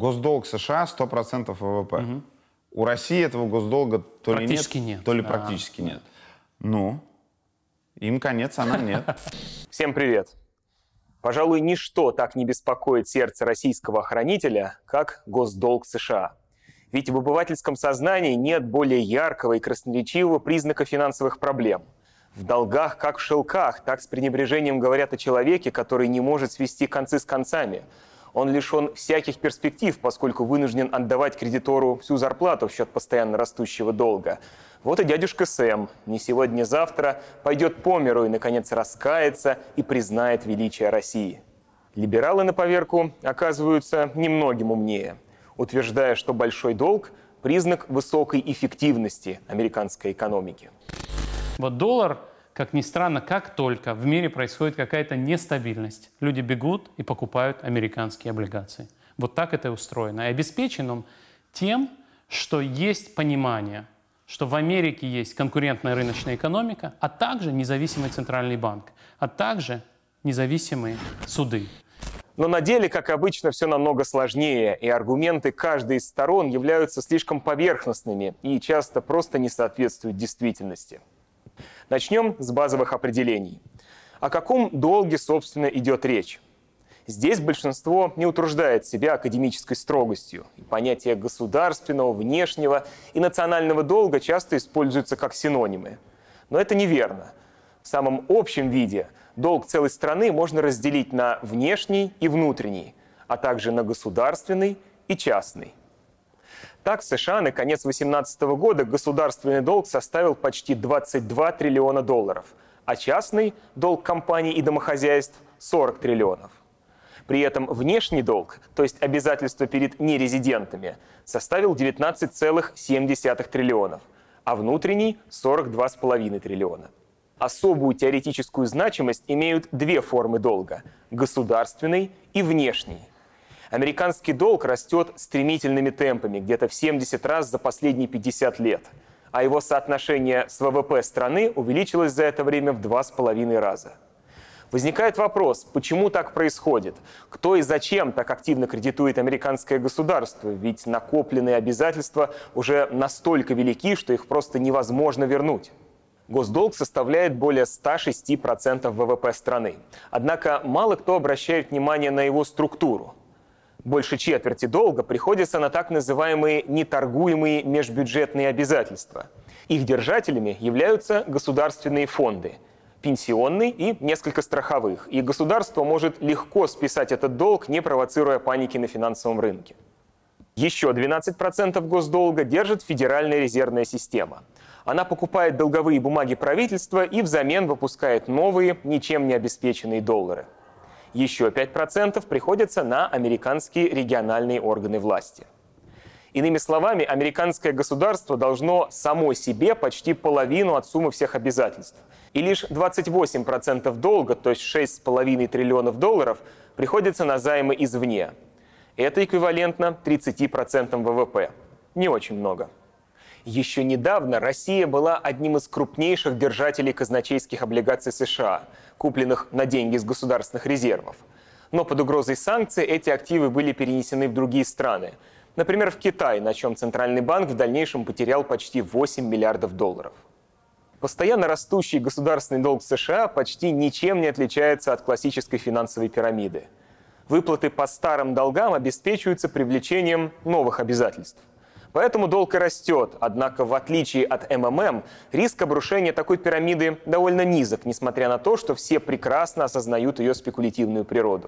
госдолг США 100% ВВП. У России этого госдолга то ли нет, то ли практически нет. Ну, им конец, а нам нет. Всем привет. Пожалуй, ничто так не беспокоит сердце российского охранителя, как госдолг США. Ведь в обывательском сознании нет более яркого и красноречивого признака финансовых проблем. В долгах, как в шелках, так с пренебрежением говорят о человеке, который не может свести концы с концами. Он лишен всяких перспектив, поскольку вынужден отдавать кредитору всю зарплату в счет постоянно растущего долга. Вот и дядюшка Сэм не сегодня, не завтра пойдет по миру и, наконец, раскается и признает величие России. Либералы, на поверку, оказываются немногим умнее, утверждая, что большой долг – признак высокой эффективности американской экономики. Вот доллар, как ни странно, как только в мире происходит какая-то нестабильность, люди бегут и покупают американские облигации. Вот так это и устроено. И обеспечен он тем, что есть понимание, что в Америке есть конкурентная рыночная экономика, а также независимый центральный банк, а также независимые суды. Но на деле, как обычно, все намного сложнее, и аргументы каждой из сторон являются слишком поверхностными и часто просто не соответствуют действительности. Начнем с базовых определений. О каком долге, собственно, идет речь? Здесь большинство не утруждает себя академической строгостью. И понятия государственного, внешнего и национального долга часто используются как синонимы. Но это неверно. В самом общем виде долг целой страны можно разделить на внешний и внутренний, а также на государственный и частный. Так, в США на конец 2018 года государственный долг составил почти 22 триллиона долларов, а частный долг компаний и домохозяйств – 40 триллионов. При этом внешний долг, то есть обязательства перед нерезидентами, составил 19,7 триллионов, а внутренний – 42,5 триллиона. Особую теоретическую значимость имеют две формы долга – государственный и внешний. Американский долг растет стремительными темпами, где-то в 70 раз за последние 50 лет, а его соотношение с ВВП страны увеличилось за это время в 2,5 раза. Возникает вопрос, почему так происходит? Кто и зачем так активно кредитует американское государство? Ведь накопленные обязательства уже настолько велики, что их просто невозможно вернуть. Госдолг составляет более 106% ВВП страны. Однако мало кто обращает внимание на его структуру. Больше четверти долга приходится на так называемые неторгуемые межбюджетные обязательства. Их держателями являются государственные фонды, пенсионный и несколько страховых. И государство может легко списать этот долг, не провоцируя паники на финансовом рынке. Еще 12% госдолга держит Федеральная резервная система. Она покупает долговые бумаги правительства и взамен выпускает новые, ничем не обеспеченные доллары. Еще 5% приходится на американские региональные органы власти. Иными словами, американское государство должно само себе почти половину от суммы всех обязательств. И лишь 28% долга, то есть 6,5 триллионов долларов, приходится на займы извне. Это эквивалентно 30% ВВП. Не очень много. Еще недавно Россия была одним из крупнейших держателей казначейских облигаций США, купленных на деньги из государственных резервов. Но под угрозой санкций эти активы были перенесены в другие страны. Например, в Китай, на чем Центральный банк в дальнейшем потерял почти 8 миллиардов долларов. Постоянно растущий государственный долг США почти ничем не отличается от классической финансовой пирамиды. Выплаты по старым долгам обеспечиваются привлечением новых обязательств. Поэтому долг и растет, однако в отличие от МММ, риск обрушения такой пирамиды довольно низок, несмотря на то, что все прекрасно осознают ее спекулятивную природу.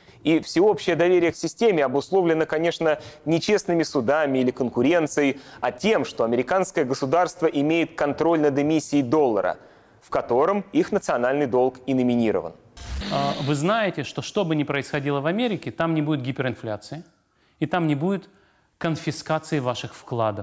И всеобщее доверие к системе обусловлено, конечно, не честными судами или конкуренцией, а тем, что американское государство имеет контроль над эмиссией доллара, в котором их национальный долг и номинирован. Вы знаете, что бы ни происходило в Америке, там не будет гиперинфляции, и там не будет конфискации ваших вкладов.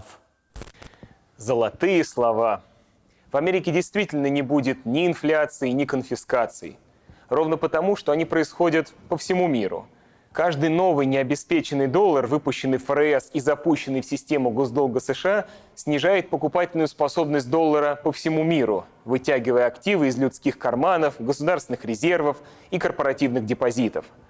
Золотые слова. В Америке действительно не будет ни инфляции, ни конфискаций. Ровно потому, что они происходят по всему миру. Каждый новый необеспеченный доллар, выпущенный в ФРС и запущенный в систему госдолга США, снижает покупательную способность доллара по всему миру, вытягивая активы из людских карманов, государственных резервов и корпоративных депозитов.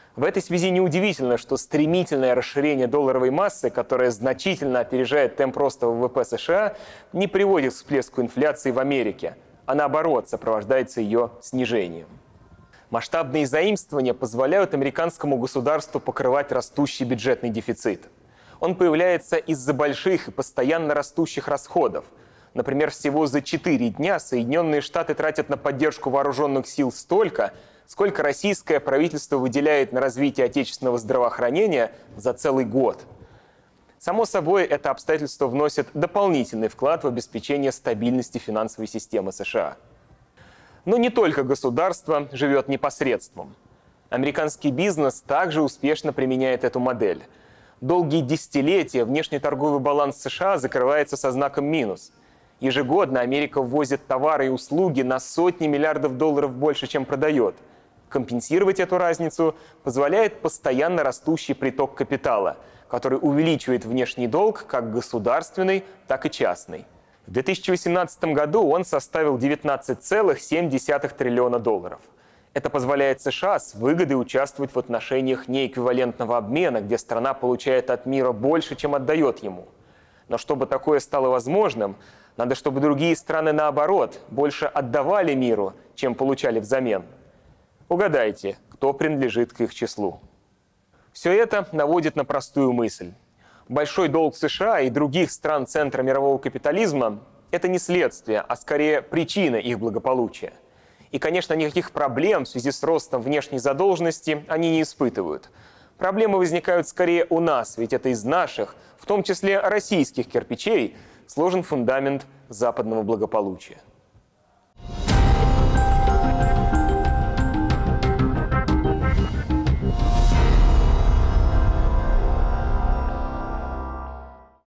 В этой связи неудивительно, что стремительное расширение долларовой массы, которое значительно опережает темп роста ВВП США, не приводит к всплеску инфляции в Америке, а наоборот сопровождается ее снижением. Масштабные заимствования позволяют американскому государству покрывать растущий бюджетный дефицит. Он появляется из-за больших и постоянно растущих расходов. Например, всего за 4 дня Соединенные Штаты тратят на поддержку вооруженных сил столько, сколько российское правительство выделяет на развитие отечественного здравоохранения за целый год. Само собой, это обстоятельство вносит дополнительный вклад в обеспечение стабильности финансовой системы США. Но не только государство живет непосредством. Американский бизнес также успешно применяет эту модель. Долгие десятилетия внешнеторговый баланс США закрывается со знаком минус. Ежегодно Америка ввозит товары и услуги на сотни миллиардов долларов больше, чем продает. Компенсировать эту разницу позволяет постоянно растущий приток капитала, который увеличивает внешний долг как государственный, так и частный. В 2018 году он составил 19,7 триллиона долларов. Это позволяет США с выгодой участвовать в отношениях неэквивалентного обмена, где страна получает от мира больше, чем отдает ему. Но чтобы такое стало возможным, надо, чтобы другие страны, наоборот, больше отдавали миру, чем получали взамен. Угадайте, кто принадлежит к их числу. Все это наводит на простую мысль. Большой долг США и других стран центра мирового капитализма – это не следствие, а скорее причина их благополучия. И, конечно, никаких проблем в связи с ростом внешней задолженности они не испытывают. Проблемы возникают скорее у нас, ведь это из наших, в том числе российских кирпичей, сложен фундамент западного благополучия.